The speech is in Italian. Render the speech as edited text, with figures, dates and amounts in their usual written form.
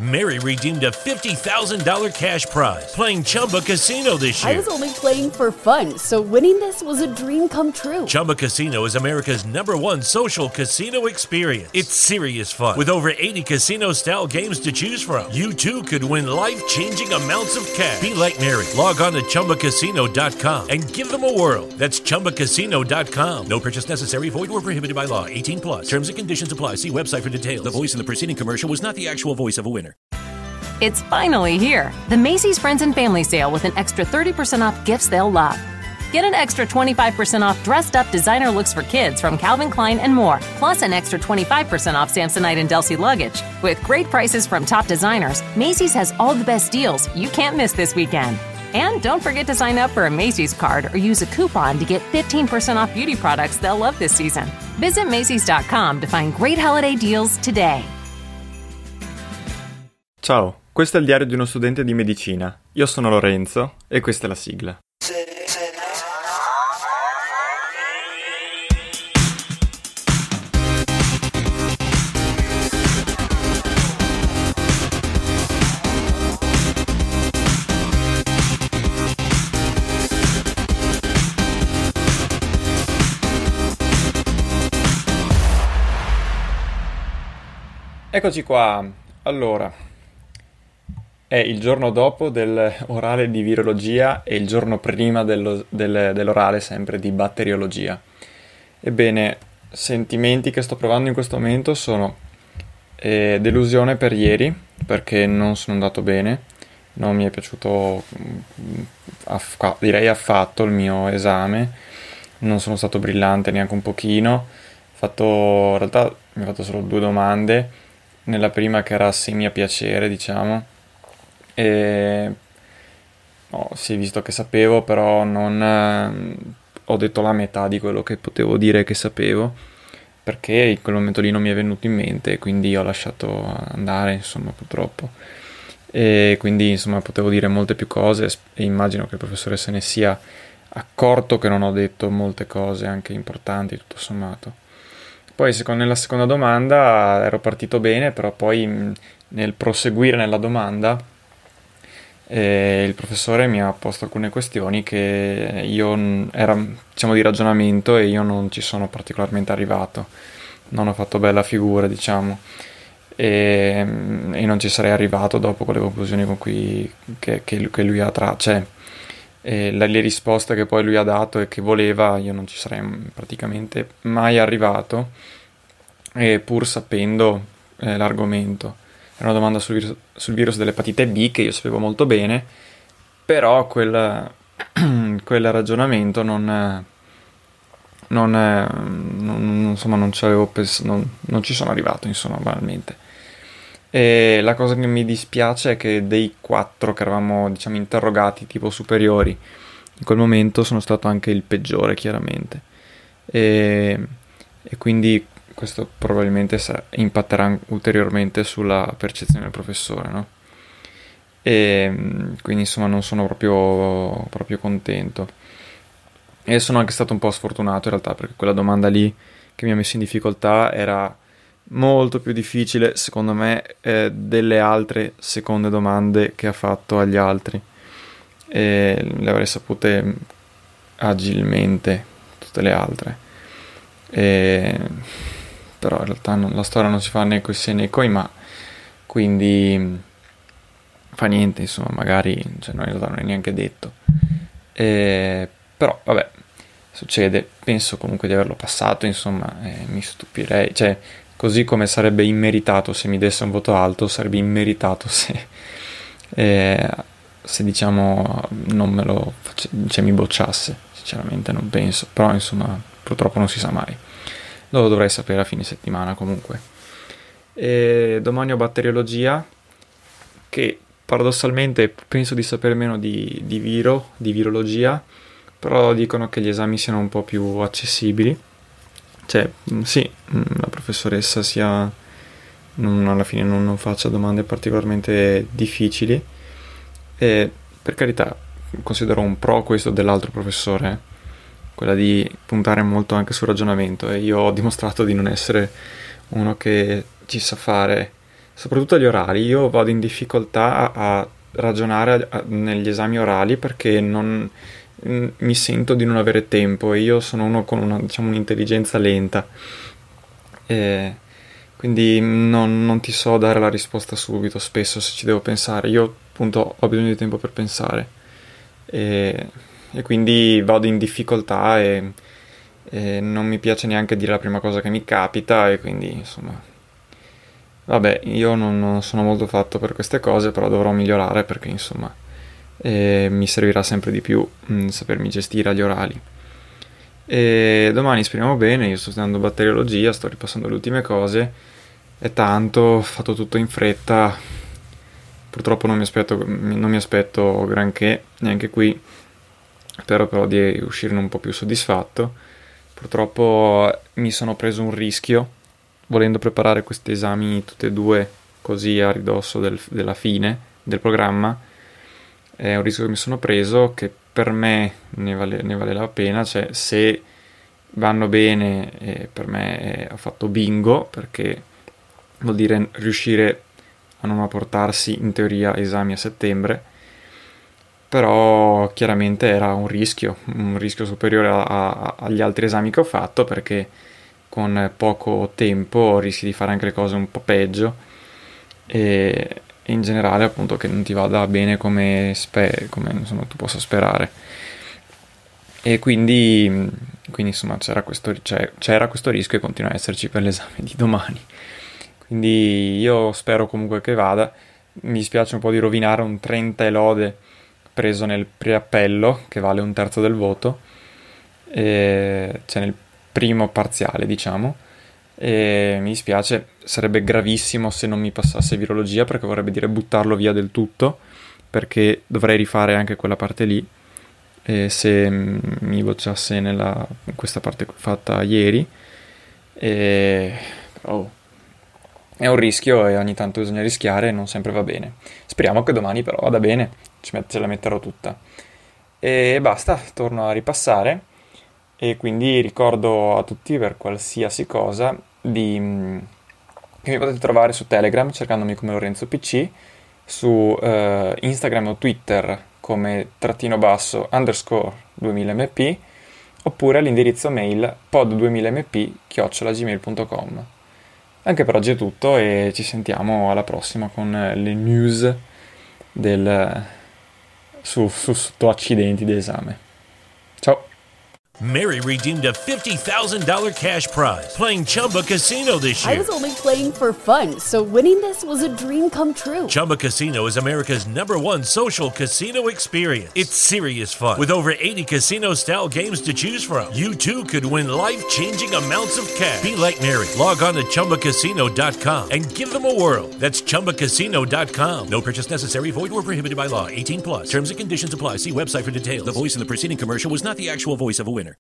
Mary redeemed a $50,000 cash prize playing Chumba Casino this year. I was only playing for fun, so winning this was a dream come true. Chumba Casino is America's #1 social casino experience. It's serious fun. With over 80 casino-style games to choose from, you too could win life-changing amounts of cash. Be like Mary. Log on to ChumbaCasino.com and give them a whirl. That's ChumbaCasino.com. No purchase necessary. Void where prohibited by law. 18 plus. Terms and conditions apply. See website for details. The voice in the preceding commercial was not the actual voice of a winner. It's finally here. The Macy's Friends and Family Sale with an extra 30% off gifts they'll love. Get an extra 25% off dressed-up designer looks for kids from Calvin Klein and more, plus an extra 25% off Samsonite and Delsey luggage. With great prices from top designers, Macy's has all the best deals you can't miss this weekend. And don't forget to sign up for a Macy's card or use a coupon to get 15% off beauty products they'll love this season. Visit Macys.com to find great holiday deals today. Ciao, questo è il diario di uno studente di medicina. Io sono Lorenzo e questa è la sigla. Eccoci qua. Allora, è il giorno dopo dell'orale di virologia e il giorno prima dell'orale sempre di batteriologia. Ebbene, sentimenti che sto provando in questo momento sono delusione per ieri, perché non sono andato bene, non mi è piaciuto direi affatto il mio esame, non sono stato brillante neanche un pochino, in realtà mi ho fatto solo 2 domande, nella prima che era semi a piacere, diciamo, e sì, visto che sapevo, però non ho detto la metà di quello che potevo dire che sapevo, perché in quel momento lì non mi è venuto in mente, quindi ho lasciato andare, insomma, purtroppo. E quindi, insomma, potevo dire molte più cose e immagino che il professore se ne sia accorto che non ho detto molte cose anche importanti, tutto sommato. Poi nella seconda domanda ero partito bene, però poi nel proseguire nella domanda il professore mi ha posto alcune questioni che era, diciamo, di ragionamento e io non ci sono particolarmente arrivato, non ho fatto bella figura, diciamo, e non ci sarei arrivato dopo con le conclusioni con cui che lui ha le risposte che poi lui ha dato e che voleva, io non ci sarei praticamente mai arrivato, pur sapendo l'argomento. Era una domanda sul virus dell'epatite B che io sapevo molto bene, però quel ragionamento insomma, non ci sono arrivato, insomma, banalmente. E la cosa che mi dispiace è che dei 4 che eravamo, diciamo, interrogati tipo superiori, in quel momento sono stato anche il peggiore, chiaramente, e quindi questo probabilmente impatterà ulteriormente sulla percezione del professore, no? E quindi, insomma, non sono proprio contento, e sono anche stato un po' sfortunato in realtà, perché quella domanda lì che mi ha messo in difficoltà era molto più difficile, secondo me, delle altre seconde domande che ha fatto agli altri, e le avrei sapute agilmente tutte le altre, però in realtà la storia non si fa né coi se né coi ma, quindi fa niente, insomma, magari, cioè, no, in realtà non è neanche detto, però vabbè, succede. Penso comunque di averlo passato, insomma, mi stupirei, cioè, così come sarebbe immeritato se mi desse un voto alto, sarebbe immeritato se diciamo non me lo mi bocciasse. Sinceramente non penso, però insomma purtroppo non si sa mai, lo dovrei sapere a fine settimana comunque. Domani ho batteriologia, che paradossalmente penso di sapere meno di virologia, però dicono che gli esami siano un po' più accessibili. Cioè, sì, la professoressa alla fine non faccia domande particolarmente difficili, e per carità considero un pro questo dell'altro professore, quella di puntare molto anche sul ragionamento, e io ho dimostrato di non essere uno che ci sa soprattutto agli orali. Io vado in difficoltà a ragionare negli esami orali perché mi sento di non avere tempo, e io sono uno con un'intelligenza lenta, quindi non ti so dare la risposta subito. Spesso, se ci devo pensare, io appunto ho bisogno di tempo per pensare, e quindi vado in difficoltà, e non mi piace neanche dire la prima cosa che mi capita, e quindi insomma vabbè, io non sono molto fatto per queste cose, però dovrò migliorare, perché insomma mi servirà sempre di più sapermi gestire agli orali. E domani speriamo bene. Io sto studiando batteriologia, sto ripassando le ultime cose, è tanto, ho fatto tutto in fretta, purtroppo non mi aspetto granché neanche qui, spero però di uscirne un po' più soddisfatto. Purtroppo mi sono preso un rischio volendo preparare questi esami tutti e due così a ridosso della fine del programma. È un rischio che mi sono preso, che per me ne vale la pena. Cioè, se vanno bene, per me ho fatto bingo, perché vuol dire riuscire a non apportarsi in teoria esami a settembre. Però chiaramente era un rischio superiore agli altri esami che ho fatto, perché con poco tempo rischi di fare anche le cose un po' peggio, e in generale appunto che non ti vada bene come insomma tu possa sperare. E quindi insomma c'era questo rischio, e continua a esserci per l'esame di domani. Quindi io spero comunque che vada. Mi dispiace un po' di rovinare un 30 e lode preso nel preappello, che vale un terzo del voto, cioè nel primo parziale, diciamo, e mi dispiace. Sarebbe gravissimo se non mi passasse virologia, perché vorrebbe dire buttarlo via del tutto, perché dovrei rifare anche quella parte lì, e se mi bocciasse in questa parte fatta ieri, però è un rischio, e ogni tanto bisogna rischiare, e non sempre va bene. Speriamo che domani però vada bene, ce la metterò tutta. E basta, torno a ripassare, e quindi ricordo a tutti, per qualsiasi cosa, che mi potete trovare su Telegram cercandomi come Lorenzo PC, su Instagram o Twitter come _2000mp, oppure all'indirizzo mail pod2000mp@gmail.com. Anche per oggi è tutto, e ci sentiamo alla prossima con le news su accidenti d'esame. Ciao! Mary redeemed a $50,000 cash prize playing Chumba Casino this year. I was only playing for fun, so winning this was a dream come true. Chumba Casino is America's #1 social casino experience. It's serious fun. With over 80 casino-style games to choose from, you too could win life-changing amounts of cash. Be like Mary. Log on to ChumbaCasino.com and give them a whirl. That's ChumbaCasino.com. No purchase necessary. Void or prohibited by law. 18+. Terms and conditions apply. See website for details. The voice in the preceding commercial was not the actual voice of a winner.